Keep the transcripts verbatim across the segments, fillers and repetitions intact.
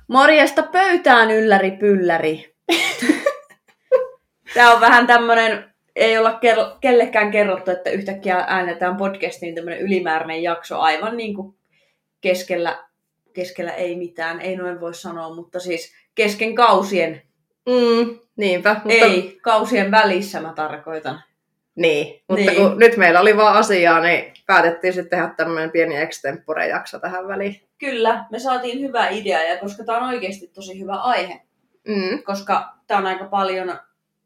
Morjesta pöytään ylläri pylläri. Tää on vähän tämmönen, ei olla ker- kellekään kerrottu, että yhtäkkiä äänetään podcastiin tämmönen ylimääräinen jakso aivan niin kuin keskellä, keskellä ei mitään, ei noin voi sanoa, mutta siis kesken kausien. Mm, niinpä. Mutta... Ei, kausien välissä mä tarkoitan. Niin, mutta niin. kun nyt meillä oli vaan asiaa, niin päätettiin sitten tehdä tämmöinen pieni extempore-jakso tähän väliin. Kyllä, me saatiin hyvä idea, ja koska tää on oikeasti tosi hyvä aihe, mm. koska tää on aika paljon,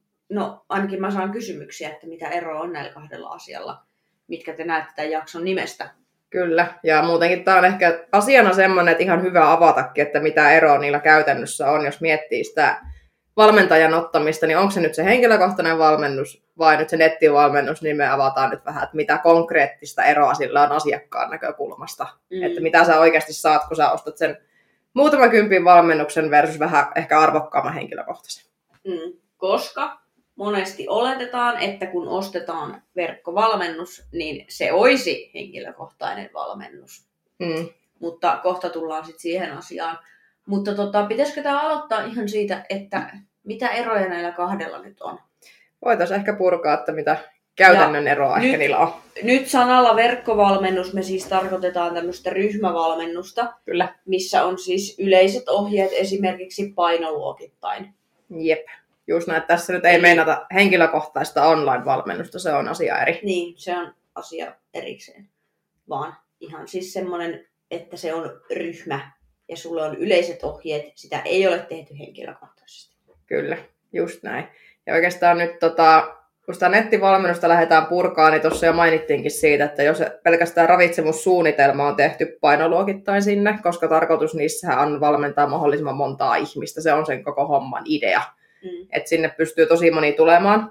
no ainakin mä saan kysymyksiä, että mitä eroa on näillä kahdella asialla, mitkä te näette tämän jakson nimestä. Kyllä, ja muutenkin tää on ehkä asiana semmoinen, että ihan hyvä avatakin, että mitä eroa niillä käytännössä on, jos miettii sitä valmentajan ottamista, niin onko se nyt se henkilökohtainen valmennus vai nyt se nettivalmennus, niin me avataan nyt vähän, että mitä konkreettista eroa sillä on asiakkaan näkökulmasta. Mm. Että mitä sä oikeasti saat, kun sä ostat sen muutama kympin valmennuksen versus vähän ehkä arvokkaamman henkilökohtaisen. Mm. Koska monesti oletetaan, että kun ostetaan verkkovalmennus, niin se olisi henkilökohtainen valmennus. Mm. Mutta kohta tullaan sitten siihen asiaan. Mutta tota, pitäisikö tämä aloittaa ihan siitä, että mitä eroja näillä kahdella nyt on? Voitaisiin ehkä purkaa, että mitä käytännön ja eroa nyt, ehkä niillä on. Nyt sanalla verkkovalmennus me siis tarkoitetaan tämmöistä ryhmävalmennusta, Kyllä. Missä on siis yleiset ohjeet esimerkiksi painoluokittain. Jep, just näin. Tässä nyt ei Eli... meinata henkilökohtaista online-valmennusta, se on asia eri. Niin, se on asia erikseen, vaan ihan siis semmoinen, että se on ryhmä. Ja sulla on yleiset ohjeet, sitä ei ole tehty henkilökohtaisesti. Kyllä, just näin. Ja oikeastaan nyt, tota, kun sitä nettivalmennusta lähdetään purkaa, niin tuossa jo mainittiinkin siitä, että jos pelkästään ravitsemussuunnitelma on tehty painoluokittain sinne, koska tarkoitus niissähän on valmentaa mahdollisimman montaa ihmistä. Se on sen koko homman idea. Mm. Että sinne pystyy tosi moni tulemaan.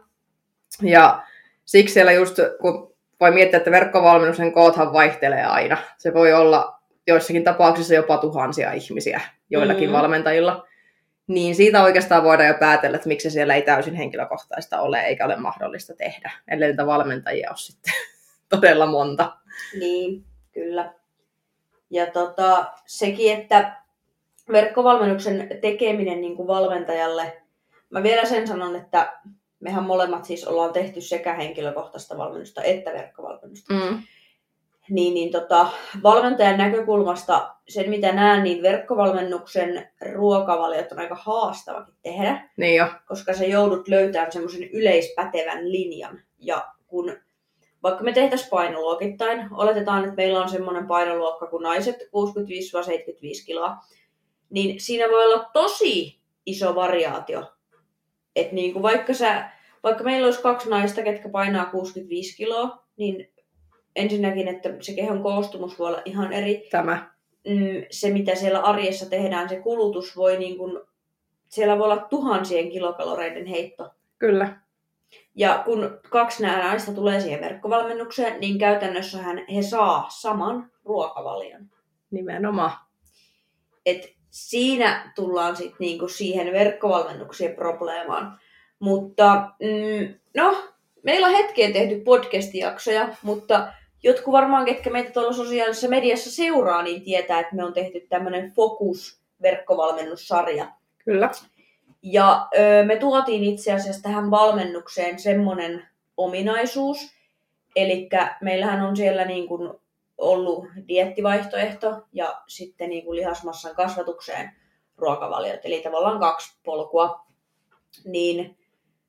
Ja siksi siellä just, kun voi miettiä, että verkkovalmennuksen koothan vaihtelee aina. Se voi olla joissakin tapauksissa jopa tuhansia ihmisiä joillakin mm-hmm. valmentajilla, niin siitä oikeastaan voidaan jo päätellä, että miksi siellä ei täysin henkilökohtaista ole, eikä ole mahdollista tehdä, ellei niitä valmentajia ole sitten todella monta. Niin, kyllä. Ja tota, sekin, että verkkovalmennuksen tekeminen niin kuin valmentajalle, mä vielä sen sanon, että mehän molemmat siis ollaan tehty sekä henkilökohtaista valmennusta että verkkovalmennusta. Mm. Niin, niin tota, valmentajan näkökulmasta sen mitä näen, niin verkkovalmennuksen ruokavaliot on aika haastavakin tehdä. Niin jo. Koska sä joudut löytämään semmoisen yleispätevän linjan. Ja kun vaikka me tehtäisiin painoluokittain, oletetaan, että meillä on semmoinen painoluokka kuin naiset kuusikymmentäviisi seitsemänkymmentäviisi kiloa, niin siinä voi olla tosi iso variaatio. Että niin kuin vaikka, sä, vaikka meillä olisi kaksi naista, ketkä painaa kuusikymmentäviisi kiloa, niin ensinnäkin, että se kehon koostumus voi olla ihan eri. Tämä. Se, mitä siellä arjessa tehdään, se kulutus voi niin kuin, siellä voi olla tuhansien kilokaloreiden heitto. Kyllä. Ja kun kaksi nää naista tulee siihen verkkovalmennukseen, niin käytännössähän he saa saman ruokavalion. Nimenomaan. Et siinä tullaan sitten niinku siihen verkkovalmennuksien probleemaan. Mutta mm, no, meillä on hetkeen tehty podcast-jaksoja, mutta jotkut varmaan, ketkä meitä tuolla sosiaalisessa mediassa seuraa, niin tietää, että me on tehty tämmöinen Focus-verkkovalmennussarja. Kyllä. Ja ö, me tuotiin itse asiassa tähän valmennukseen semmoinen ominaisuus, eli meillähän on siellä niin kuin ollut dieettivaihtoehto ja sitten niin kuin lihasmassan kasvatukseen ruokavaliot, eli tavallaan kaksi polkua. Niin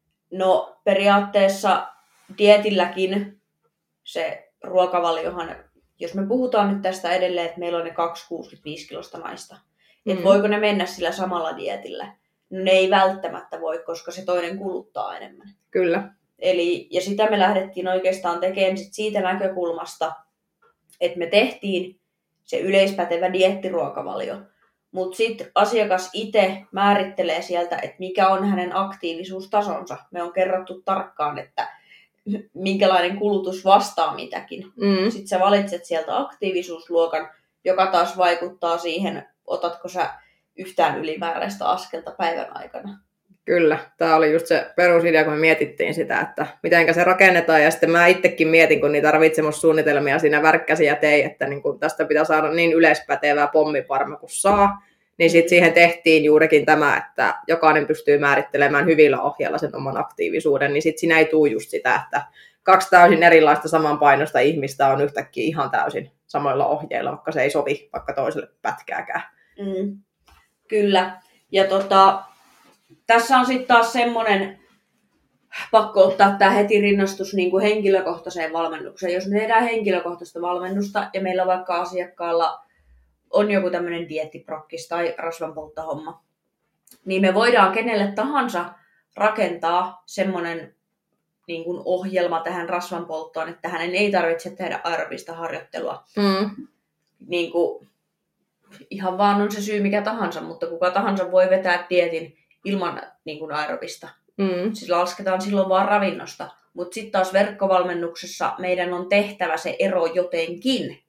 no periaatteessa dietilläkin se ruokavaliohan, jos me puhutaan nyt tästä edelleen, että meillä on ne kaksi kuusikymmentäviisi kilosta naista, mm-hmm. että voiko ne mennä sillä samalla dietillä? No ne ei välttämättä voi, koska se toinen kuluttaa enemmän. Kyllä. Eli, ja sitä me lähdettiin oikeastaan tekemään sit siitä näkökulmasta, että me tehtiin se yleispätevä dieettiruokavalio. Mutta sitten asiakas itse määrittelee sieltä, että mikä on hänen aktiivisuustasonsa. Me on kerrottu tarkkaan, että minkälainen kulutus vastaa mitäkin. Mm. Sitten sä valitset sieltä aktiivisuusluokan, joka taas vaikuttaa siihen, otatko sä yhtään ylimääräistä askelta päivän aikana. Kyllä, tämä oli just se perusidea, kun me mietittiin sitä, että miten se rakennetaan. Ja sitten mä itsekin mietin, kun niitä ravitsemussuunnitelmia siinä värkkäsin ja tein, että niin kun tästä pitää saada niin yleispätevää pommiparma kuin saa, Niin sitten siihen tehtiin juurikin tämä, että jokainen pystyy määrittelemään hyvillä ohjeilla sen oman aktiivisuuden, niin sitten siinä ei tule just sitä, että kaksi täysin erilaista samanpainoista ihmistä on yhtäkkiä ihan täysin samoilla ohjeilla, vaikka se ei sovi vaikka toiselle pätkääkään. Mm, kyllä. Ja tota, tässä on sitten taas semmoinen, pakko ottaa tämä heti rinnastus niin kuin henkilökohtaiseen valmennukseen. Jos me tehdään henkilökohtaista valmennusta ja meillä vaikka asiakkaalla on joku tämmöinen diettiprokkis tai rasvanpolttohomma, niin me voidaan kenelle tahansa rakentaa semmoinen niin kuin ohjelma tähän rasvanpolttoon, että hänen ei tarvitse tehdä aerobista harjoittelua. Mm. Niin kuin, ihan vaan on se syy mikä tahansa, mutta kuka tahansa voi vetää dietin ilman niin kuin aerobista. Mm. Siis lasketaan silloin vaan ravinnosta. Mutta sitten taas verkkovalmennuksessa meidän on tehtävä se ero jotenkin.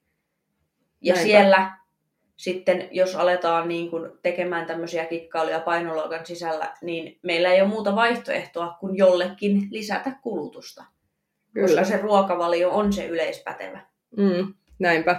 Ja Näinpä. Siellä sitten, jos aletaan niin kun tekemään tämmöisiä kikkailuja painoluokan sisällä, niin meillä ei ole muuta vaihtoehtoa kuin jollekin lisätä kulutusta. Kyllä. Koska se ruokavalio on se yleispätevä. Mm, näinpä.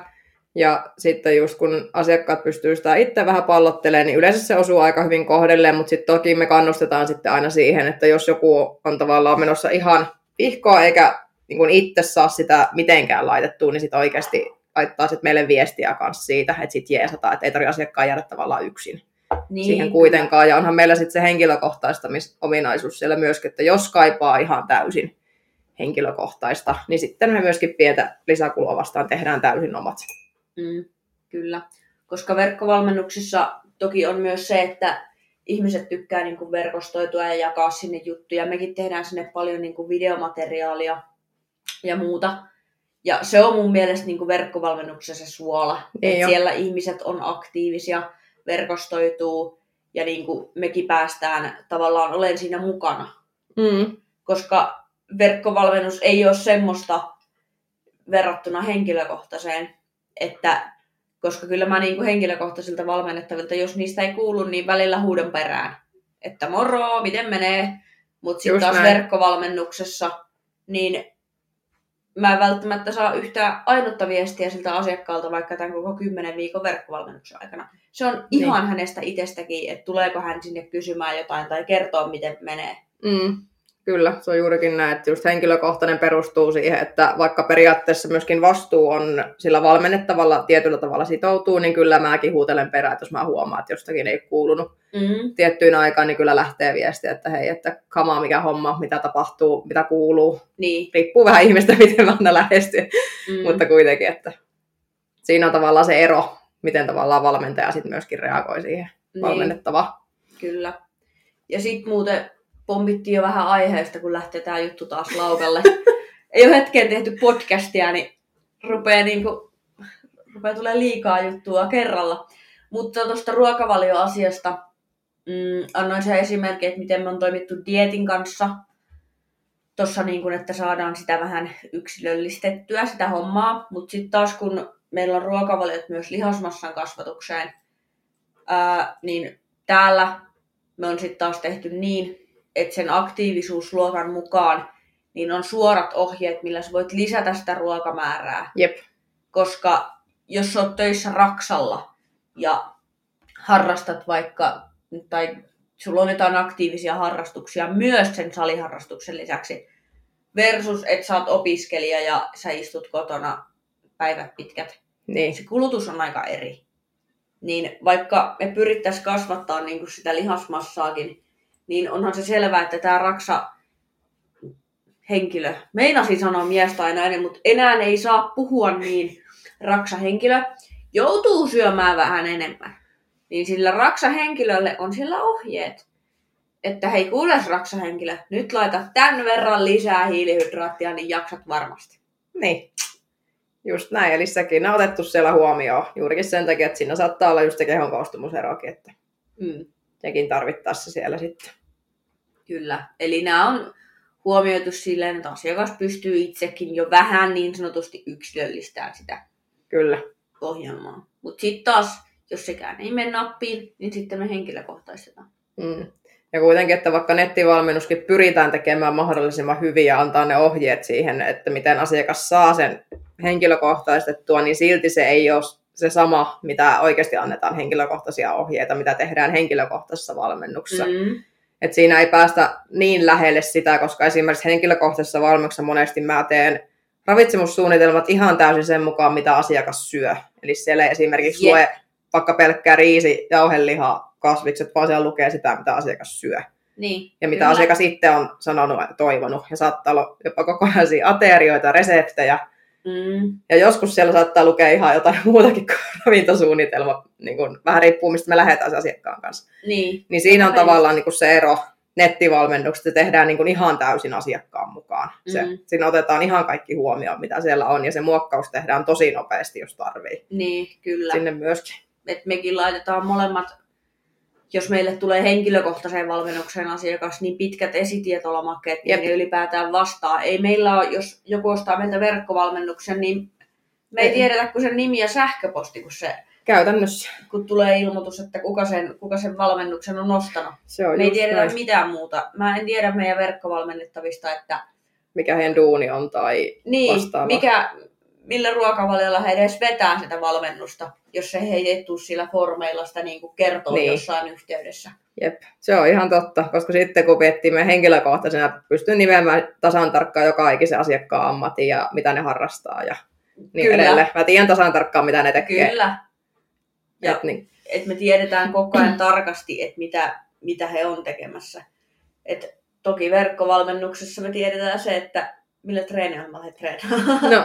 Ja sitten just kun asiakkaat pystyy sitä itse vähän pallottelemaan, niin yleensä se osuu aika hyvin kohdelleen, mutta sitten toki me kannustetaan sitten aina siihen, että jos joku on tavallaan menossa ihan vihkoa eikä niin kun itse saa sitä mitenkään laitettua, niin sitten oikeasti laittaa sitten meille viestiä kanssa siitä, että sitten jeesataan, että ei tarvitse asiakkaan jäädä tavallaan yksin niin, siihen kuitenkaan. Ja onhan meillä sitten se henkilökohtaistamisominaisuus siellä myöskin, että jos kaipaa ihan täysin henkilökohtaista, niin sitten me myöskin pientä lisäkulua vastaan tehdään täysin omat. Mm, kyllä, koska verkkovalmennuksissa toki on myös se, että ihmiset tykkää niin kuin verkostoitua ja jakaa sinne juttuja. Mekin tehdään sinne paljon niin kuin videomateriaalia ja muuta. Ja se on mun mielestä niin kuin verkkovalmennuksessa se suola. Että siellä ihmiset on aktiivisia, verkostoituu ja niin kuin mekin päästään tavallaan olemaan siinä mukana. Mm. Koska verkkovalmennus ei ole semmoista verrattuna henkilökohtaiseen, että koska kyllä mä niin kuin henkilökohtaisilta valmennettavilta, jos niistä ei kuulu, niin välillä huudan perään. Että moro, miten menee? Mutta sitten taas näin. Verkkovalmennuksessa, niin mä en välttämättä saa yhtään ainutta viestiä siltä asiakkaalta vaikka tämän koko kymmenen viikon verkkovalmennuksen aikana. Se on ihan niin. Hänestä itsestäkin, että tuleeko hän sinne kysymään jotain tai kertoa, miten menee. Mm. Kyllä, se on juurikin näin, että just henkilökohtainen perustuu siihen, että vaikka periaatteessa myöskin vastuu on sillä valmennettavalla tietyllä tavalla sitoutuu, niin kyllä mäkin huutelen perään, että jos mä huomaan, että jostakin ei kuulunut mm. tiettyyn aikaan, niin kyllä lähtee viestiä, että hei, että kamaa mikä homma, mitä tapahtuu, mitä kuuluu. Niin. Riippuu vähän ihmistä, miten mä aina lähestyn, mm. mutta kuitenkin, että siinä on tavallaan se ero, miten tavallaan valmentaja sitten myöskin reagoi siihen niin. valmennettavaan. Kyllä. Ja sitten muuten pompittiin jo vähän aiheesta, kun lähtee tää juttu taas laukalle. Ei ole hetkeen tehty podcastia, niin rupeaa, niinku, rupeaa tulee liikaa juttua kerralla. Mutta tuosta ruokavalioasiasta mm, annoin sen esimerkin, että miten me on toimittu dieetin kanssa. Tuossa niin kun, että saadaan sitä vähän yksilöllistettyä, sitä hommaa. Mutta sitten taas kun meillä on ruokavaliot myös lihasmassan kasvatukseen, ää, niin täällä me on sitten taas tehty niin, että sen aktiivisuusluokan mukaan niin on suorat ohjeet, millä sä voit lisätä sitä ruokamäärää. Jep. Koska jos sä oot töissä raksalla ja harrastat vaikka, tai sulla on jotain aktiivisia harrastuksia myös sen saliharrastuksen lisäksi, versus että sä oot opiskelija ja sä istut kotona päivät pitkät, niin se kulutus on aika eri. Niin vaikka me pyrittäisiin kasvattaa niin kuin sitä lihasmassaakin, niin onhan se selvää, että tämä raksa henkilö, meinasin sanoa mies tai nainen, mutta enää ei saa puhua niin raksa henkilö, joutuu syömään vähän enemmän. Niin sillä raksa henkilölle on sillä ohjeet, että hei kuules raksa henkilö, nyt laita tämän verran lisää hiilihydraattia, niin jaksat varmasti. Niin, just näin. Eli sekin on otettu siellä huomioon juurikin sen takia, että siinä saattaa olla just se kehon koostumuserokin, että mm. sekin tarvittaessa siellä sitten. Kyllä. Eli nämä on huomioitu silleen, että asiakas pystyy itsekin jo vähän niin sanotusti yksilöllistämään sitä Kyllä. ohjelmaa. Mutta sitten taas, jos sekään ei mene nappiin, niin sitten me henkilökohtaistetaan. Mm. Ja kuitenkin, että vaikka nettivalmennuskin pyritään tekemään mahdollisimman hyvin ja antaa ne ohjeet siihen, että miten asiakas saa sen henkilökohtaistettua, niin silti se ei ole se sama, mitä oikeasti annetaan henkilökohtaisia ohjeita, mitä tehdään henkilökohtaisessa valmennuksessa. Mm. Et siinä ei päästä niin lähelle sitä, koska esimerkiksi henkilökohtaisessa valmennuksessa monesti mä teen ravitsemussuunnitelmat ihan täysin sen mukaan, mitä asiakas syö. Eli siellä ei esimerkiksi yeah. lue vaikka pelkkää riisi, jauheliha, kasvikset, vaan siellä lukee sitä, mitä asiakas syö. Niin, ja mitä kyllä. asiakas itse on sanonut ja toivonut. Ja saattaa olla jopa kokonaisia aterioita, reseptejä. Mm. Ja joskus siellä saattaa lukea ihan jotain muutakin kuin ravintosuunnitelma. Niin kun, vähän riippuu, mistä me lähdetään asiakkaan kanssa. Niin, niin siinä on tavallaan niin kun se ero nettivalmennuksesta. Se tehdään niin kun ihan täysin asiakkaan mukaan. Se, mm. Siinä otetaan ihan kaikki huomioon, mitä siellä on. Ja se muokkaus tehdään tosi nopeasti, jos tarvii. Niin, kyllä. Sinne myöskin. Et mekin laitetaan molemmat, jos meille tulee henkilökohtaiseen valmennukseen asiakas, niin pitkät esitietolomakkeet, niin ne ylipäätään vastaa. Ei meillä ole, jos joku ostaa meiltä verkkovalmennuksen, niin me ei, ei tiedetä kuin sen nimi ja sähköposti, kun se käytännössä. Kun tulee ilmoitus, että kuka sen, kuka sen valmennuksen on ostanut. Se on me ei tiedetä näin. Mitään muuta. Mä en tiedä meidän verkkovalmennettavista, että mikä heidän duuni on tai niin, vastaava. Mikä, millä ruokavaliolla he edes vetää sitä valmennusta, jos se he ei tule sillä formeilla sitä niin kuin kertoo niin. Jossain yhteydessä. Jep, se on ihan totta, koska sitten kun miettii meidän henkilökohtaisena, pystyy nimeämään tasan tarkkaan joka ikisen asiakkaan ammatin ja mitä ne harrastaa ja niin Kyllä. edelleen. Mä tiedän tasan tarkkaan, mitä ne tekee. Kyllä. Ja et, niin. et me tiedetään koko ajan tarkasti, että mitä, mitä he on tekemässä. Et toki verkkovalmennuksessa me tiedetään se, että millä treeniohjelmalla he treenaa. No,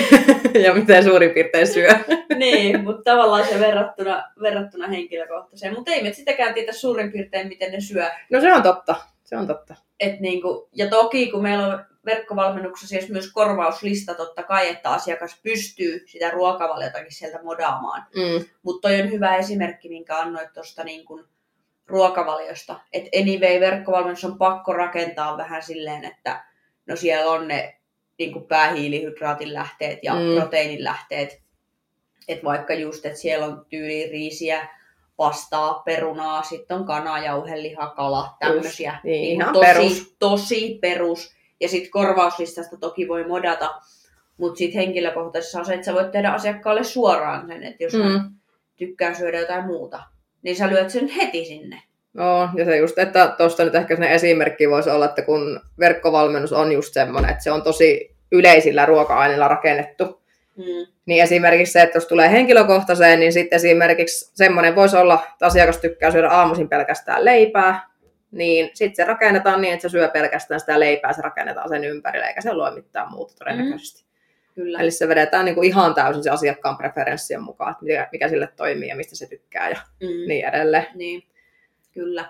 ja miten suurin piirtein syö. Niin, mutta tavallaan se verrattuna, verrattuna henkilökohtaiseen. Mutta ei me sitäkään tiedä suurin piirtein, miten ne syö. No se on totta, se on totta. Et niinku, ja toki kun meillä on verkkovalmennuksessa siis myös korvauslista totta kai, että asiakas pystyy sitä ruokavaliotakin sieltä modaamaan. Mm. Mutta toi on hyvä esimerkki, minkä annoit tuosta niinku ruokavaliosta. Että anyway, verkkovalmennus on pakko rakentaa vähän silleen, että no siellä on ne niinku päähiilihydraatin lähteet ja mm. proteiinin lähteet. Että vaikka just, että siellä on tyyliin riisiä, pastaa, perunaa, sitten on kana, jauheliha, kala, tämmöisiä. Niin, niin ihan tosi, perus. Tosi perus. Ja sitten korvauslistasta toki voi modata, mutta sitten henkilökohtaisessa on se, että sä voit tehdä asiakkaalle suoraan sen, että jos mm. hän tykkää syödä jotain muuta, niin sä lyöt sen heti sinne. No, ja se just, että tuosta nyt ehkä sellainen esimerkki voisi olla, että kun verkkovalmennus on just semmoinen, että se on tosi yleisillä ruoka-aineilla rakennettu, mm. niin esimerkiksi se, että jos tulee henkilökohtaiseen, niin sitten esimerkiksi semmoinen voisi olla, että asiakas tykkää syödä aamuisin pelkästään leipää, niin sitten se rakennetaan niin, että se syö pelkästään sitä leipää, se rakennetaan sen ympärille, eikä se lue mitään muuta todennäköisesti. Mm. Kyllä. Eli se vedetään niin kuin ihan täysin se asiakkaan preferenssien mukaan, että mikä, mikä sille toimii ja mistä se tykkää ja mm. niin edelleen. Niin. Kyllä.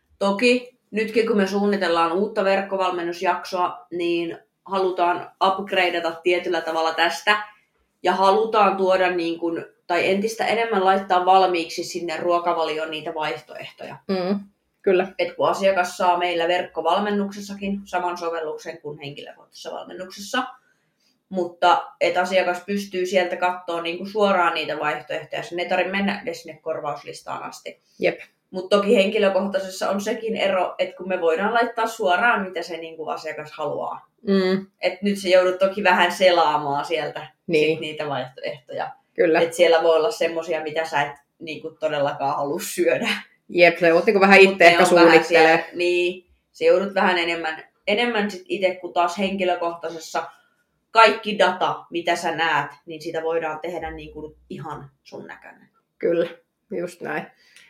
Toki nytkin kun me suunnitellaan uutta verkkovalmennusjaksoa, niin halutaan upgradeata tietyllä tavalla tästä ja halutaan tuoda niin kuin, tai entistä enemmän laittaa valmiiksi sinne ruokavalioon niitä vaihtoehtoja. Mm, kyllä. Et kun asiakas saa meillä verkkovalmennuksessakin saman sovelluksen kuin henkilökohtaisessa valmennuksessa, mutta et asiakas pystyy sieltä katsoa niin kuin suoraan niitä vaihtoehtoja, sen ei tarvitse mennä edes sinne korvauslistaan asti. Jep. Mutta toki henkilökohtaisessa on sekin ero, että kun me voidaan laittaa suoraan, mitä se niinku asiakas haluaa. Mm. Et nyt se joudut toki vähän selaamaan sieltä niin. sit niitä vaihtoehtoja. Kyllä. Et siellä voi olla semmosia, mitä sä et niinku todellakaan halua syödä. Jep, se joudut niinku vähän itse ehkä suunnittelemaan. Niin, se joudut vähän enemmän, enemmän sit itse kuin taas henkilökohtaisessa. Kaikki data, mitä sä näet, niin sitä voidaan tehdä niinku ihan sun näköinen. Kyllä, just näin.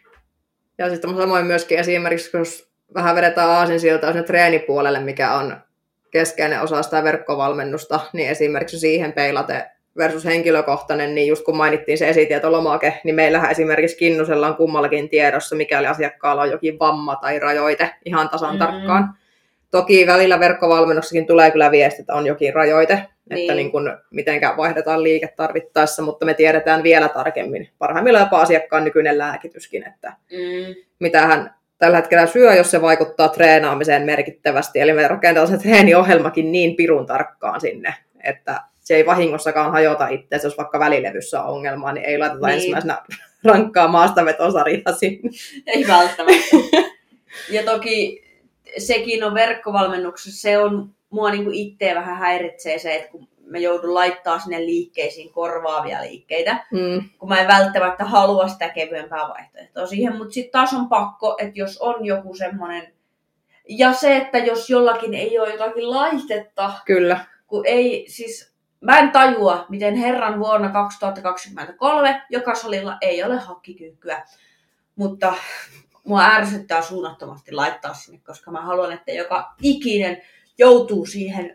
Ja sitten samoin myöskin esimerkiksi, jos vähän vedetään aasinsiltaa sinne treenipuolelle, mikä on keskeinen osa sitä verkkovalmennusta, niin esimerkiksi siihen peilate versus henkilökohtainen, niin just kun mainittiin se esitietolomake, niin meillähän esimerkiksi Kinnusella on kummallakin tiedossa, mikäli asiakkaalla on jokin vamma tai rajoite ihan tasan mm. tarkkaan. Toki välillä verkkovalmennuksessakin tulee kyllä viesti, että on jokin rajoite, niin. että niin kun mitenkään vaihdetaan liike tarvittaessa, mutta me tiedetään vielä tarkemmin, parhaimmillaan jopa asiakkaan nykyinen lääkityskin, että mm. mitä hän tällä hetkellä syö, jos se vaikuttaa treenaamiseen merkittävästi. Eli me rakennetaan se treeniohjelmakin niin pirun tarkkaan sinne, että se ei vahingossakaan hajota itseäsi, jos vaikka välilevyssä on ongelmaa, niin ei laiteta niin. ensimmäisenä rankkaa maastavetosarjaa sinne. Ei välttämättä. Ja toki sekin on verkkovalmennuksessa, se on mua niinku itseä vähän häiritsee se, että kun mä joudun laittaa sinne liikkeisiin korvaavia liikkeitä, mm. kun mä en välttämättä halua sitä kevyempää vaihtoehtoa siihen, mutta sitten taas on pakko, että jos on joku semmoinen, ja se, että jos jollakin ei ole jotakin laitetta, Kyllä. kun ei, siis mä en tajua, miten herran vuonna kaksituhattakaksikymmentäkolme joka salilla ei ole hakkikyykkyä, mutta mua ärsyttää suunnattomasti laittaa sinne, koska mä haluan, että joka ikinen joutuu siihen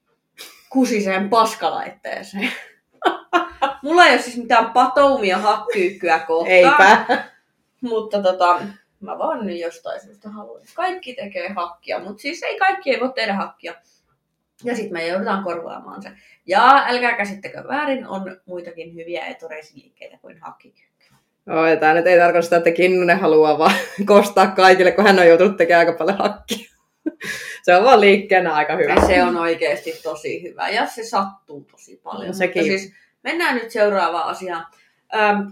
kusiseen paskalaitteeseen. Mulla ei ole siis mitään patoumia hakkyykkyä kohtaan. Eipä. Mutta tota, mä vaan nyt jostain syystä haluan. Kaikki tekee hakkia, mutta siis ei kaikki ei voi tehdä hakkia. Ja sit me joudutaan korvaamaan se. Ja älkää käsittekö väärin, on muitakin hyviä etureisiliikkeitä kuin hakkikyykky. Joo, ja tää nyt ei tarkoita sitä, että Kinnunen haluaa vaan kostaa kaikille, kun hän on joutunut tekemään aika paljon hakkia. Se on vaan liikkeenä aika hyvä. Ja se on oikeasti tosi hyvä ja se sattuu tosi paljon. No, sekin. Mutta siis mennään nyt seuraavaan asiaan. Öm,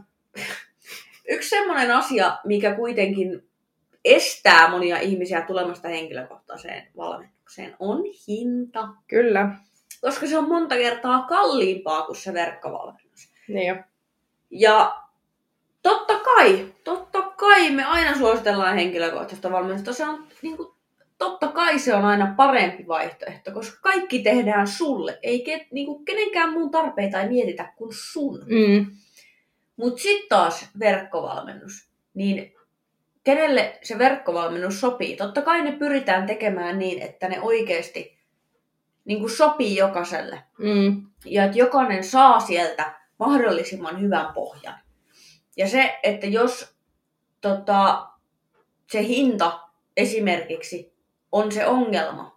yksi semmoinen asia, mikä kuitenkin estää monia ihmisiä tulemasta henkilökohtaiseen valmennukseen, on hinta. Kyllä. Koska se on monta kertaa kalliimpaa kuin se verkkovalmennus. Niin jo. Ja totta kai, totta kai me aina suositellaan henkilökohtaista valmennusta. Se on niin kuin, totta kai se on aina parempi vaihtoehto, koska kaikki tehdään sulle. Ei ke, niin kuin, kenenkään muun tarpeita ei mietitä kuin sun. Mm. Mutta sitten taas verkkovalmennus. Niin kenelle se verkkovalmennus sopii? Totta kai ne pyritään tekemään niin, että ne oikeasti niin kuin sopii jokaiselle. Mm. Ja että jokainen saa sieltä mahdollisimman hyvän pohjan. Ja se, että jos tota, se hinta esimerkiksi on se ongelma,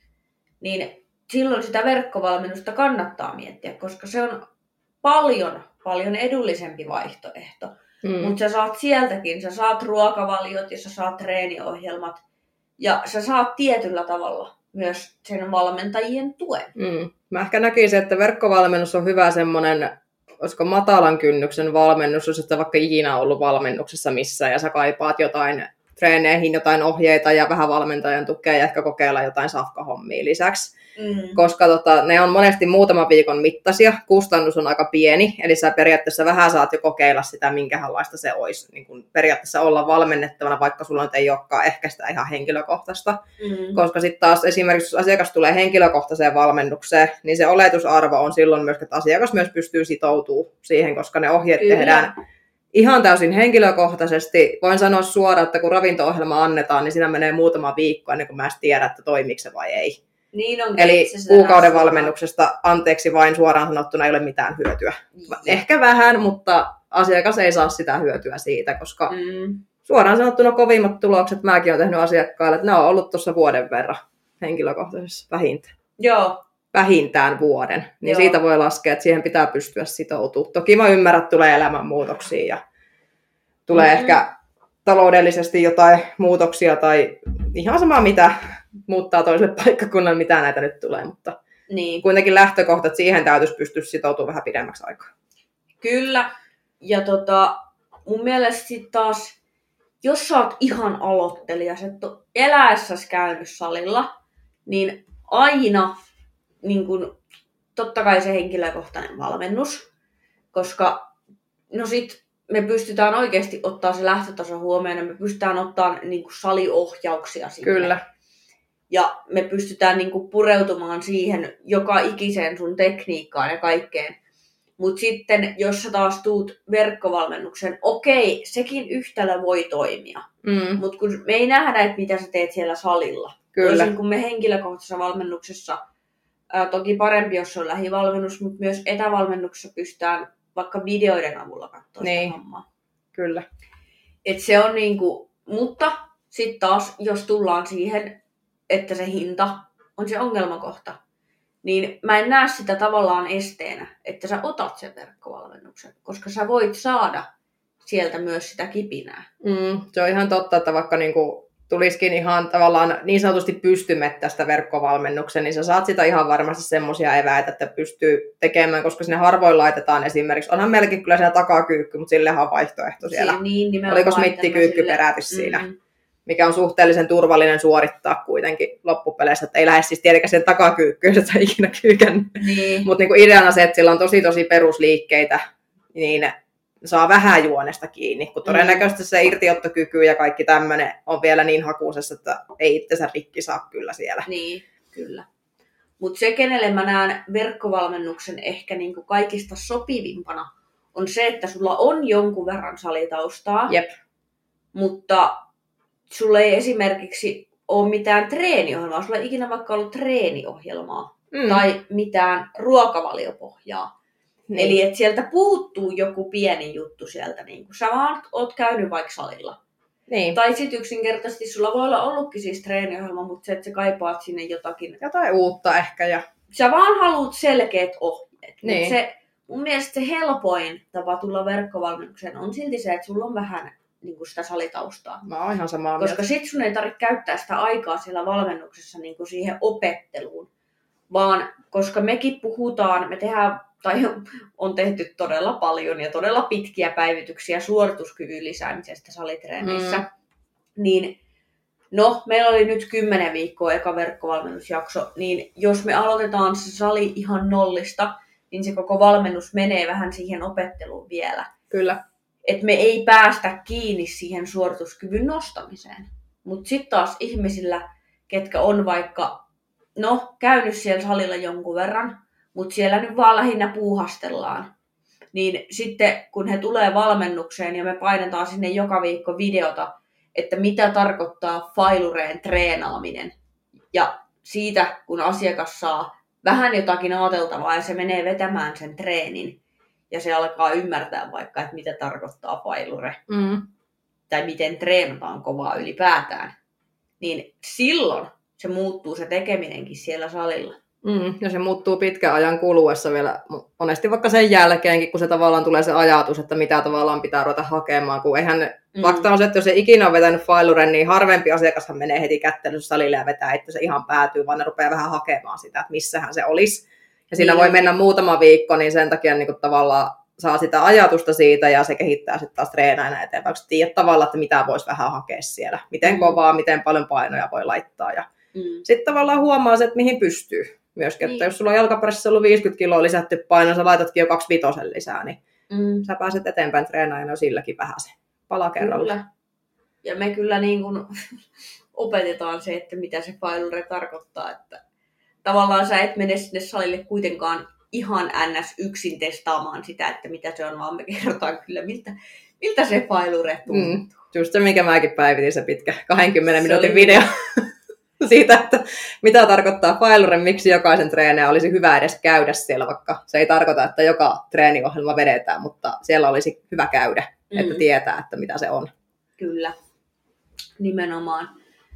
niin silloin sitä verkkovalmennusta kannattaa miettiä, koska se on paljon, paljon edullisempi vaihtoehto. Mm. Mutta sä saat sieltäkin, sä saat ruokavaliot ja sä saat treeniohjelmat ja sä saat tietyllä tavalla myös sen valmentajien tuen. Mm. Mä ehkä näkisin, että verkkovalmennus on hyvä semmoinen, olisiko matalan kynnyksen valmennus, jos et vaikka ikinä ollut valmennuksessa missään ja sä kaipaat jotain treeneihin, jotain ohjeita ja vähän valmentajan tukea ja ehkä kokeilla jotain safkahommia lisäksi. Mm. Koska tota, ne on monesti muutaman viikon mittaisia, kustannus on aika pieni, eli sä periaatteessa vähän saat jo kokeilla sitä, minkälaista se olisi niin kun periaatteessa olla valmennettavana, vaikka sulla nyt ei olekaan ehkä sitä ihan henkilökohtaista. Mm. Koska sitten taas esimerkiksi jos asiakas tulee henkilökohtaiseen valmennukseen, niin se oletusarvo on silloin myös, että asiakas myös pystyy sitoutumaan siihen, koska ne ohjeet Kyllä. tehdään ihan täysin henkilökohtaisesti. Voin sanoa suoraan, että kun ravinto-ohjelma annetaan, niin siinä menee muutama viikko ennen kuin mä edes tiedän, että toimiiko se vai ei. Niin on, Eli kuukauden valmennuksesta, anteeksi vain suoraan sanottuna, ei ole mitään hyötyä. Niin. Ehkä vähän, mutta asiakas ei saa sitä hyötyä siitä, koska mm. suoraan sanottuna kovimmat tulokset mäkin olen tehnyt asiakkaille, että ne on ollut tuossa vuoden verran henkilökohtaisessa vähintään. Joo. Vähintään vuoden. Niin Joo. siitä voi laskea, että siihen pitää pystyä sitoutumaan. Toki mä ymmärrän, että tulee elämänmuutoksia ja tulee mm. ehkä taloudellisesti jotain muutoksia tai ihan sama mitä muuttaa toiselle paikkakunnalle, mitä näitä nyt tulee, mutta niin. Kuitenkin lähtökohtat siihen täytyisi pystyä sitoutumaan vähän pidemmäksi aikaa. Kyllä, ja tota, mun mielestä sit taas, jos sä oot ihan aloittelija, sä et ole eläessäsi käynyt salilla, niin aina niin kun, totta kai se henkilökohtainen valmennus, koska no sit me pystytään oikeasti ottaa se lähtötaso huomioon ja me pystytään ottaa niin kuin saliohjauksia sinne. Kyllä. Ja me pystytään niin kuin pureutumaan siihen joka ikiseen sun tekniikkaan ja kaikkeen. Mutta sitten, jos sä taas tuut verkkovalmennuksen, okei, sekin yhtälö voi toimia. Mm. Mutta kun me ei nähdä, että mitä sä teet siellä salilla. Kyllä. Toisin kuin me henkilökohtaisessa valmennuksessa, ää, toki parempi, jos on lähivalmennus, mutta myös etävalmennuksessa pystytään vaikka videoiden avulla katsoa niin. sitä hommaa. Kyllä. Et se on niinku, mutta sitten taas, jos tullaan siihen, että se hinta on se ongelmakohta, niin mä en näe sitä tavallaan esteenä, että sä otat sen verkkovalmennuksen, koska sä voit saada sieltä myös sitä kipinää. Mm, se on ihan totta, että vaikka niinku tulisikin ihan tavallaan niin sanotusti pystymettästä verkkovalmennuksen, niin sä saat sitä ihan varmasti semmoisia eväitä, että pystyy tekemään, koska sinne harvoin laitetaan esimerkiksi, onhan meilläkin kyllä siellä takakyykky, mutta sillehän on vaihtoehto siellä. Niin, oliko smittikyykky peräti siinä. Mm-hmm. mikä on suhteellisen turvallinen suorittaa kuitenkin loppupeleissä, että ei lähde siis tietenkään sen takakyykkyyn, että sä ikinä kyykännyt. Niin. Mutta niinku ideana se, että sillä on tosi tosi perusliikkeitä, niin saa vähän juonesta kiinni, kun todennäköisesti se irtiottokyky ja kaikki tämmöinen on vielä niin hakuisessa, että ei itsensä rikki saa kyllä siellä. Niin, kyllä. Mutta se, kenelle mä näen verkkovalmennuksen ehkä niinku kaikista sopivimpana, on se, että sulla on jonkun verran salitaustaa, Jep. mutta sulla ei esimerkiksi ole mitään treeniohjelmaa, sulla ei ikinä vaikka ollut treeniohjelmaa mm. tai mitään ruokavaliopohjaa. Niin. Eli että sieltä puuttuu joku pieni juttu sieltä, niin kuin sä vaan oot käynyt vaikka salilla. Niin. Tai sitten yksinkertaisesti sulla voi olla ollutkin siis treeniohjelma, mutta se, että sä kaipaat sinne jotakin. Jotain uutta ehkä. Ja... Sä vaan haluat selkeät ohjeet. Niin. Se, mun mielestä se helpoin tapa tulla verkkovalmennukseen on silti se, että sulla on vähän niin kuin sitä salitaustaa. Mä oon ihan samaa Koska mieltä. sit sun ei tarvitse käyttää sitä aikaa siellä valmennuksessa niin kuin siihen opetteluun. Vaan koska mekin puhutaan, me tehdään, tai on tehty todella paljon ja todella pitkiä päivityksiä suorituskyvyn lisäämisestä salitreenissä, mm. niin no, meillä oli nyt kymmenen viikkoa eka verkkovalmennusjakso, niin jos me aloitetaan se sali ihan nollista, niin se koko valmennus menee vähän siihen opetteluun vielä. Kyllä. Että me ei päästä kiinni siihen suorituskyvyn nostamiseen. Mutta sitten taas ihmisillä, ketkä on vaikka, no, käynyt siellä salilla jonkun verran, mutta siellä nyt vaan lähinnä puuhastellaan. Niin sitten kun he tulee valmennukseen ja me painetaan sinne joka viikko videota, että mitä tarkoittaa failureen treenaaminen. Ja siitä, kun asiakas saa vähän jotakin ajateltavaa ja se menee vetämään sen treenin, ja se alkaa ymmärtää vaikka, että mitä tarkoittaa failure, Mm. tai miten treenataan kovaa ylipäätään, niin silloin se muuttuu se tekeminenkin siellä salilla. Mm, ja se muuttuu pitkän ajan kuluessa vielä, monesti vaikka sen jälkeenkin, kun se tavallaan tulee se ajatus, että mitä tavallaan pitää ruveta hakemaan, kun eihän mm. fakta on se, että jos ei ikinä ole vetänyt failuren, niin harvempi asiakashan menee heti kättelyssä salille ja vetää, että se ihan päätyy, vaan ne rupeaa vähän hakemaan sitä, että missähän se olisi. Ja siinä niin. voi mennä muutama viikko, niin sen takia niin kuin tavallaan saa sitä ajatusta siitä ja se kehittää sitten taas treenaina eteenpäin, kun tiedät tavallaan, että mitä voisi vähän hakea siellä, miten mm. kovaa, miten paljon painoja voi laittaa ja mm. sitten tavallaan huomaa se, että mihin pystyy. Myöskin, että niin. jos sulla on jalkapressissä ollut viisikymmentä kiloa lisätty paino, sä laitatkin jo kaksikymmentäviisi lisää, niin mm. sä pääset eteenpäin treenaajana silläkin vähän se pala kerralla. Kyllä. Ja me kyllä niin kuin opetetaan se, että mitä se failure tarkoittaa, että tavallaan sä et mene sinne salille kuitenkaan ihan ns. Yksin testaamaan sitä, että mitä se on, vaan me kerrotaan kyllä, miltä, miltä se failure tuntuu. Mm. Just se, minkä mäkin päivitin, se pitkä kahdenkymmenen minuutin video. Siitä, että mitä tarkoittaa failure, miksi jokaisen treenejä olisi hyvä edes käydä siellä, vaikka se ei tarkoita, että joka treeniohjelma vedetään, mutta siellä olisi hyvä käydä, mm. että tietää, että mitä se on. Kyllä, nimenomaan.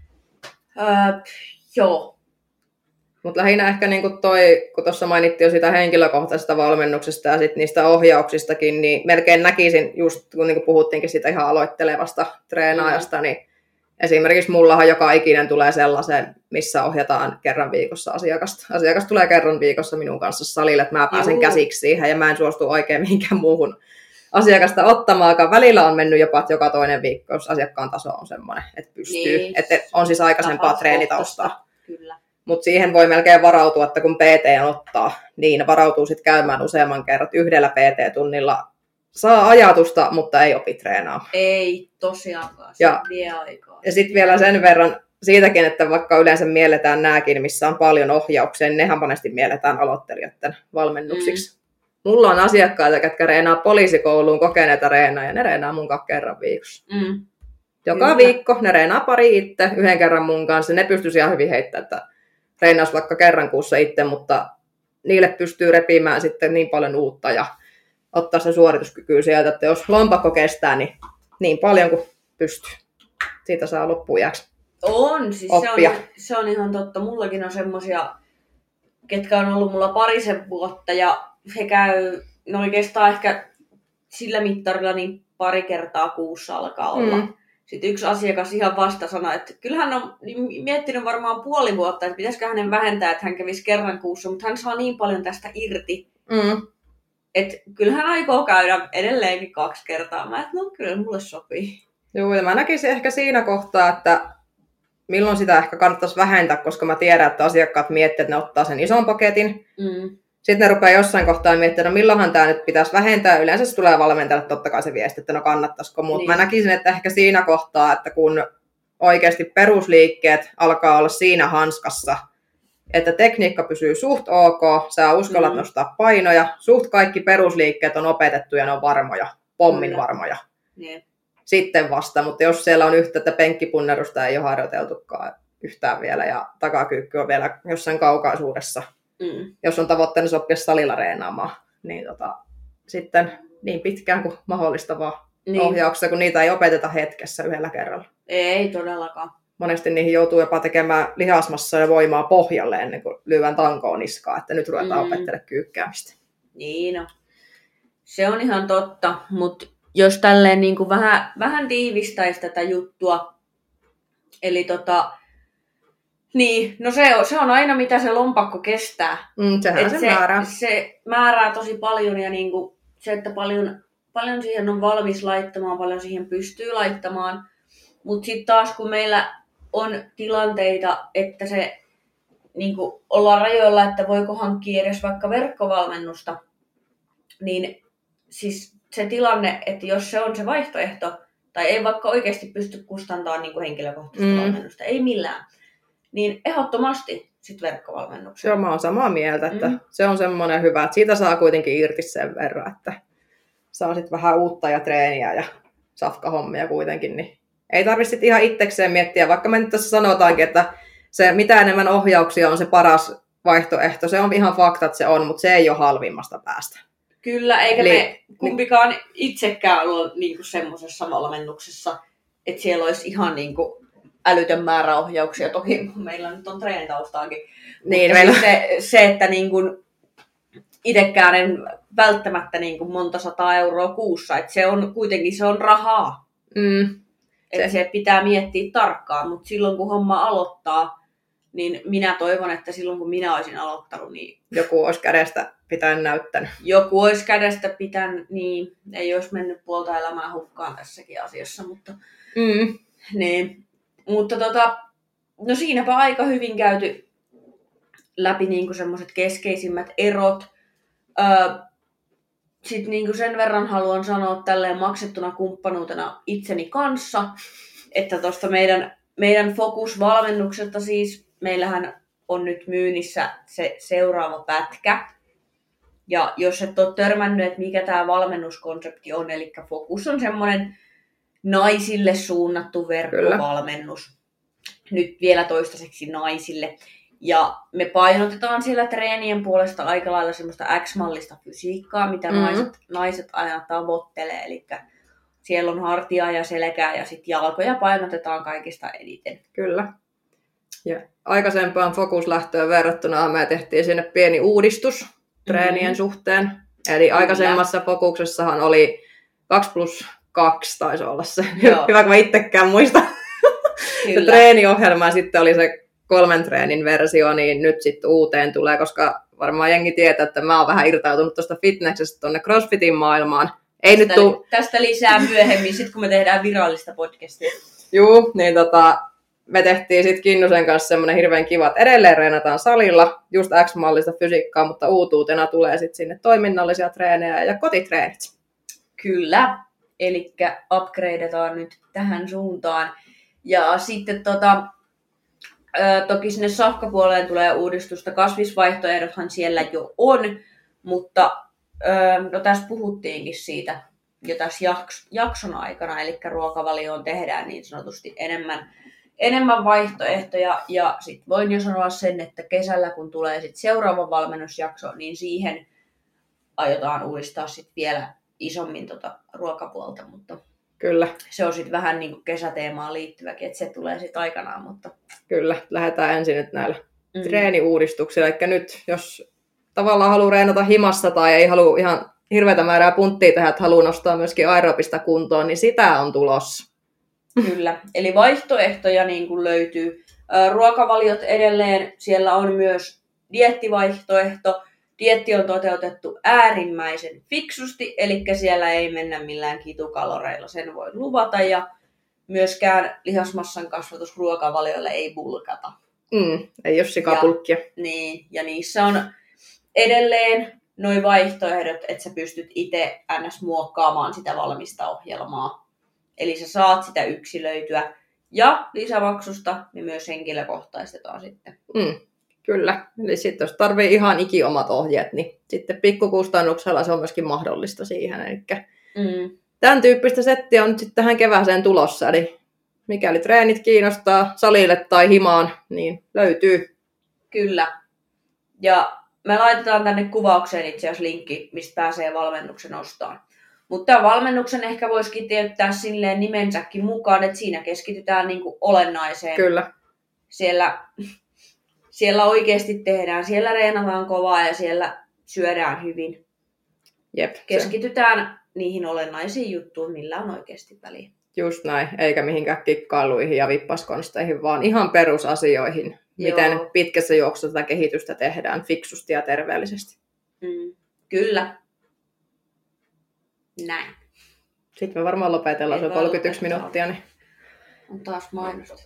Öö, joo. Mutta lähinnä ehkä niin kuin toi, kun tuossa mainittiin jo sitä henkilökohtaisesta valmennuksesta ja sit niistä ohjauksistakin, niin melkein näkisin, just kun niin kuin puhuttiinkin siitä ihan aloittelevasta treenaajasta, mm. niin esimerkiksi mullahan joka ikinen tulee sellaiseen, missä ohjataan kerran viikossa asiakasta. Asiakas tulee kerran viikossa minun kanssa salille, että mä pääsen Juu. käsiksi siihen ja mä en suostu oikein mihinkään muuhun asiakasta ottamaakaan. Välillä on mennyt jopa joka toinen viikko, jos asiakkaan taso on semmoinen, että pystyy. Niin. Että on siis aikaisempaa treenitaustaa. Mutta siihen voi melkein varautua, että kun P T ottaa, niin varautuu sitten käymään useamman kerran yhdellä P T-tunnilla. Saa ajatusta, mutta ei opi treenaamaan. Ei tosiaankaan, se ja, vie aikaa. Ja sitten vielä sen verran siitäkin, että vaikka yleensä mielletään nääkin, missä on paljon ohjauksia, niin nehän monesti mielletään aloittelijoiden valmennuksiksi. Mm. Mulla on asiakkaita, jotka reenaa poliisikouluun kokeneita reenaa, ja ne reenaa mun kanssa kerran viikossa. Mm. Joka Kyllä. viikko ne reenaa pari itse, yhden kerran mun kanssa. Ne pystyisi ihan hyvin heittämään, että reenaisi vaikka kerran kuussa itse, mutta niille pystyy repimään sitten niin paljon uutta ja ottaa se suorituskyky sieltä, että jos lompakko kestää, niin niin paljon kuin pystyy. Siitä saa loppujaksi On, siis se on, se on ihan totta. Mullakin on semmosia, ketkä on ollut mulla parisen vuotta ja he käy, no oikeastaan ehkä sillä mittarilla niin pari kertaa kuussa alkaa olla. Mm. Sitten yksi asiakas ihan vasta sanoi, että kyllähän on miettinyt varmaan puoli vuotta, että pitäisikö hänen vähentää, että hän kävisi kerran kuussa, mutta hän saa niin paljon tästä irti. Mm. Että kyllähän aikoo käydä edelleenkin kaksi kertaa. Mä että no kyllä mulle sopii. Joo, ja mä näkisin ehkä siinä kohtaa, että milloin sitä ehkä kannattaisi vähentää, koska mä tiedän, että asiakkaat miettivät, että ne ottaa sen ison paketin. Mm. Sitten ne rupeaa jossain kohtaa miettimään, no milloinhan tämä nyt pitäisi vähentää. Yleensä se tulee valmentajalle totta kai se viesti, että no kannattaisiko. Mutta niin. Mä näkisin, että ehkä siinä kohtaa, että kun oikeasti perusliikkeet alkaa olla siinä hanskassa, että tekniikka pysyy suht ok, sä uskallat mm. nostaa painoja, suht kaikki perusliikkeet on opetettu ja ne on varmoja, pommin varmoja. Mm. Sitten vasta, mutta jos siellä on yhtä, että penkkipunnerusta ei ole harjoiteltukaan yhtään vielä ja takakyykky on vielä jossain kaukaisuudessa, mm. jos on tavoitteena sopia salilla reenaamaan, niin tota, sitten niin pitkään kuin mahdollista vaan niin. ohjauksessa, kun niitä ei opeteta hetkessä yhdellä kerralla. Ei todellakaan. Monesti niihin joutuu jopa tekemään lihasmassaa ja voimaa pohjalle ennen kuin lyövän tankoon niskaa, että nyt ruvetaan mm. opettelemaan kyykkäämistä. Niin no. Se on ihan totta, mutta jos tälleen niin kuin vähän, vähän tiivistäisi tätä juttua, eli tota, niin, no se on, se on aina mitä se lompakko kestää. Mm, sehän se, se määrää. Se määrää tosi paljon ja niin kuin se, että paljon, paljon siihen on valmis laittamaan, paljon siihen pystyy laittamaan. Mutta sitten taas kun meillä on tilanteita, että se niin kuin ollaan rajoilla, että voiko hankkia edes vaikka verkkovalmennusta, niin siis se tilanne, että jos se on se vaihtoehto, tai ei vaikka oikeasti pysty kustantamaan niin kuin henkilökohtaista mm. valmennusta, ei millään, niin ehdottomasti sitten verkkovalmennuksia. Joo, mä oon samaa mieltä, että mm. se on semmoinen hyvä, että siitä saa kuitenkin irti sen verran, että saa sitten vähän uutta ja treeniä ja safkahommia kuitenkin, niin ei tarvitse sitten ihan itsekseen miettiä, vaikka me nyt tässä sanotaankin, että se mitä enemmän ohjauksia on se paras vaihtoehto, se on ihan fakta, että se on, mutta se ei ole halvimmasta päästä. Kyllä, eikä Eli, me kumpikaan itsekään ole niinku semmoisessa valmennuksessa, että siellä olisi ihan niinku älytön määrä ohjauksia. Toki meillä nyt on treenitaustaakin. Niin, meillä... se, se, että niinku itsekään en välttämättä niinku monta sataa euroa kuussa, että se on kuitenkin se on rahaa. Mm. Että se. se pitää miettiä tarkkaan, mutta silloin kun homma aloittaa, niin minä toivon, että silloin kun minä olisin aloittanut, niin joku olisi kädestä pitänyt näyttänyt. Joku olisi kädestä pitänyt, niin ei olisi mennyt puolta elämää hukkaan tässäkin asiassa, mutta, mm. niin, mutta tota, no siinäpä aika hyvin käyty läpi niinku semmoiset keskeisimmät erot. Öö, Sitten niinku sen verran haluan sanoa tälleen maksettuna kumppanuutena itseni kanssa, että tuosta meidän, meidän fokusvalmennuksesta siis, meillähän on nyt myynnissä se seuraava pätkä. Ja jos et ole törmännyt, että mikä tämä valmennuskonsepti on, eli Focus on semmoinen naisille suunnattu verkkovalmennus. Kyllä. Nyt vielä toistaiseksi naisille. Ja me painotetaan siellä treenien puolesta aika lailla semmoista X-mallista fysiikkaa, mitä mm-hmm. naiset, naiset aina tavoittelee. Eli siellä on hartia ja selkää ja sitten jalkoja painotetaan kaikista eniten. Kyllä. Ja aikaisempaan fokuslähtöön verrattuna me tehtiin sinne pieni uudistus treenien mm-hmm. suhteen. Eli Kyllä. aikaisemmassa fokuksessahan oli kaksi plus kaksi taisi olla se. Joo. Hyvä, kun mä itsekään muista. Se treeniohjelma ja sitten oli se kolmen treenin versio, niin nyt sitten uuteen tulee, koska varmaan jengi tietää, että mä oon vähän irtautunut tuosta fitneksestä tuonne CrossFitin maailmaan. Ei tästä, nyt tuu... tästä lisää myöhemmin, sit kun me tehdään virallista podcastia. Juu, niin tota, me tehtiin sitten Kinnusen kanssa semmoinen hirveän kiva, että edelleen reenataan salilla, just X-mallista fysiikkaa, mutta uutuutena tulee sitten sinne toiminnallisia treenejä ja kotitreenit. Kyllä, eli upgradeataan nyt tähän suuntaan. Ja sitten tota, ö, toki sinne safkapuoleen tulee uudistusta, kasvisvaihtoehdothan siellä jo on, mutta ö, no tässä puhuttiinkin siitä jo tässä jaks, jakson aikana, eli ruokavalioon tehdään niin sanotusti enemmän, enemmän vaihtoehtoja, ja sitten voin jo sanoa sen, että kesällä kun tulee sit seuraava valmennusjakso, niin siihen aiotaan uudistaa sitten vielä isommin tota ruokapuolta, mutta Kyllä. se on sitten vähän niin kuin kesäteemaan liittyväkin, että se tulee sitten aikanaan. Mutta Kyllä, lähdetään ensin nyt näillä mm. treeniuudistuksilla, eli nyt jos tavallaan haluaa reenata himassa tai ei halua ihan hirveätä määrää punttia tehdä, että haluaa nostaa myöskin aerobista kuntoon, niin sitä on tulossa. Kyllä, eli vaihtoehtoja niin kuin löytyy. Ruokavaliot edelleen, siellä on myös dieettivaihtoehto. Dieetti on toteutettu äärimmäisen fiksusti, eli siellä ei mennä millään kitukaloreilla, sen voi luvata. Ja myöskään lihasmassan kasvatus ruokavaliolle ei bulkata. Mm, ei ole sikapulkkia. Ja, niin, ja niissä on edelleen noi vaihtoehdot, että sä pystyt itse ns. Muokkaamaan sitä valmista ohjelmaa. Eli sä saat sitä yksilöityä. Ja lisämaksusta me myös henkilökohtaistetaan sitten. Mm, kyllä. Eli sitten jos tarvii ihan ikiomat ohjeet, niin sitten pikkukustannuksella se on myöskin mahdollista siihen. Eli mm. tämän tyyppistä settiä on nyt sitten tähän kevääseen tulossa. Eli mikäli treenit kiinnostaa salille tai himaan, niin löytyy. Kyllä. Ja me laitetaan tänne kuvaukseen itse asiassa linkki, mistä pääsee valmennuksen ostamaan. Mutta tämän valmennuksen ehkä voisi kiteyttää silleen nimensäkin mukaan, että siinä keskitytään niinku olennaiseen. Kyllä. Siellä, siellä oikeasti tehdään, siellä reenataan kovaa ja siellä syödään hyvin. Jep, keskitytään se. Niihin olennaisiin juttuihin, millä on oikeasti väliä. Just näin, eikä mihinkään kikkailuihin ja vippaskonsteihin, vaan ihan perusasioihin. Joo. Miten pitkässä juoksussa tätä kehitystä tehdään fiksusti ja terveellisesti. Mm, kyllä. Näin. Sitten me varmaan lopetellaan, se on kolmekymmentäyksi minuuttia. Niin... On taas mainosta.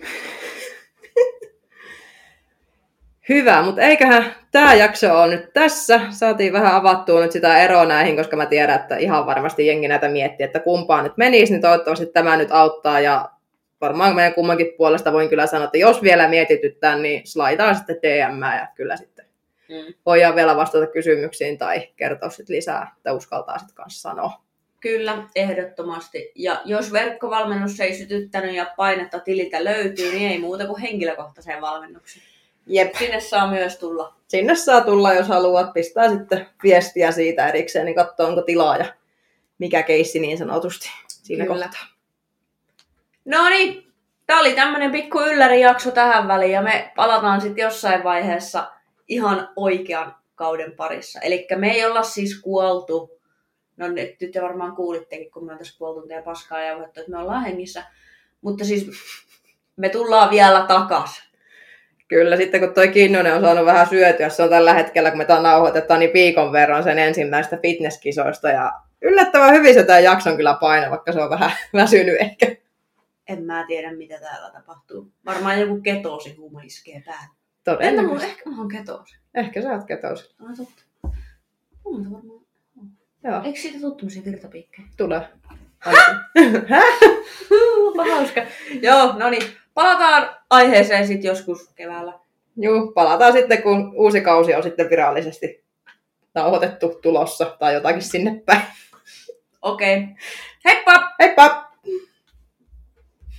Hyvä, mutta eiköhän tämä jakso ole nyt tässä. Saatiin vähän avattua nyt sitä eroa näihin, koska mä tiedän, että ihan varmasti jengi näitä miettii, että kumpaan nyt menisi, niin toivottavasti tämä nyt auttaa. Ja varmaan meidän kummankin puolesta voin kyllä sanoa, että jos vielä mietityttää, niin slaidaa sitten D M ja kyllä sitten mm. voidaan vielä vastata kysymyksiin tai kertoa sitten lisää, että uskaltaa sitten kanssa sanoa. Kyllä, ehdottomasti. Ja jos verkkovalmennus ei sytyttänyt ja painetta tililtä löytyy, niin ei muuta kuin henkilökohtaiseen valmennukseen. Jep. Sinne saa myös tulla. Sinne saa tulla, jos haluat. Pistää sitten viestiä siitä erikseen, niin katsoo, onko tilaa ja mikä keissi niin sanotusti siinä Kyllä. kohtaa. No niin, tää oli tämmönen pikku yllärijakso tähän väliin ja me palataan sitten jossain vaiheessa ihan oikean kauden parissa. Eli me ei olla siis kuoltu. No nyt te varmaan kuulittekin, kun me on tässä puoli tuntia paskaa jauhettu, että me ollaan hengissä. Mutta siis me tullaan vielä takas. Kyllä, sitten kun toi Kinnunen on saanut vähän syötyä, se on tällä hetkellä, kun me tämän nauhoitetaan, niin viikon verran sen ensimmäistä fitnesskisoista. Ja yllättävän hyvin se tämä jakso on kyllä paino, vaikka se on vähän väsynyt ehkä. En mä tiedä, mitä täällä tapahtuu. Varmaan joku ketoosi-huuma iskee päälle. Todennäköisesti. Entä mun, ehkä mä oon ketoosi. Ehkä sä oot ketoosi. No totta. Huomata varmaan. Joo. Eikö siitä tule tämmöisiä virtapiikkejä? Tulee. Häh? Onpa hauska. Joo, no niin. Palataan aiheeseen sitten joskus keväällä. Joo, palataan sitten, kun uusi kausi on sitten virallisesti nauhoitettu tulossa tai jotakin sinne päin. Okei. Okay. Heippa! Heippa!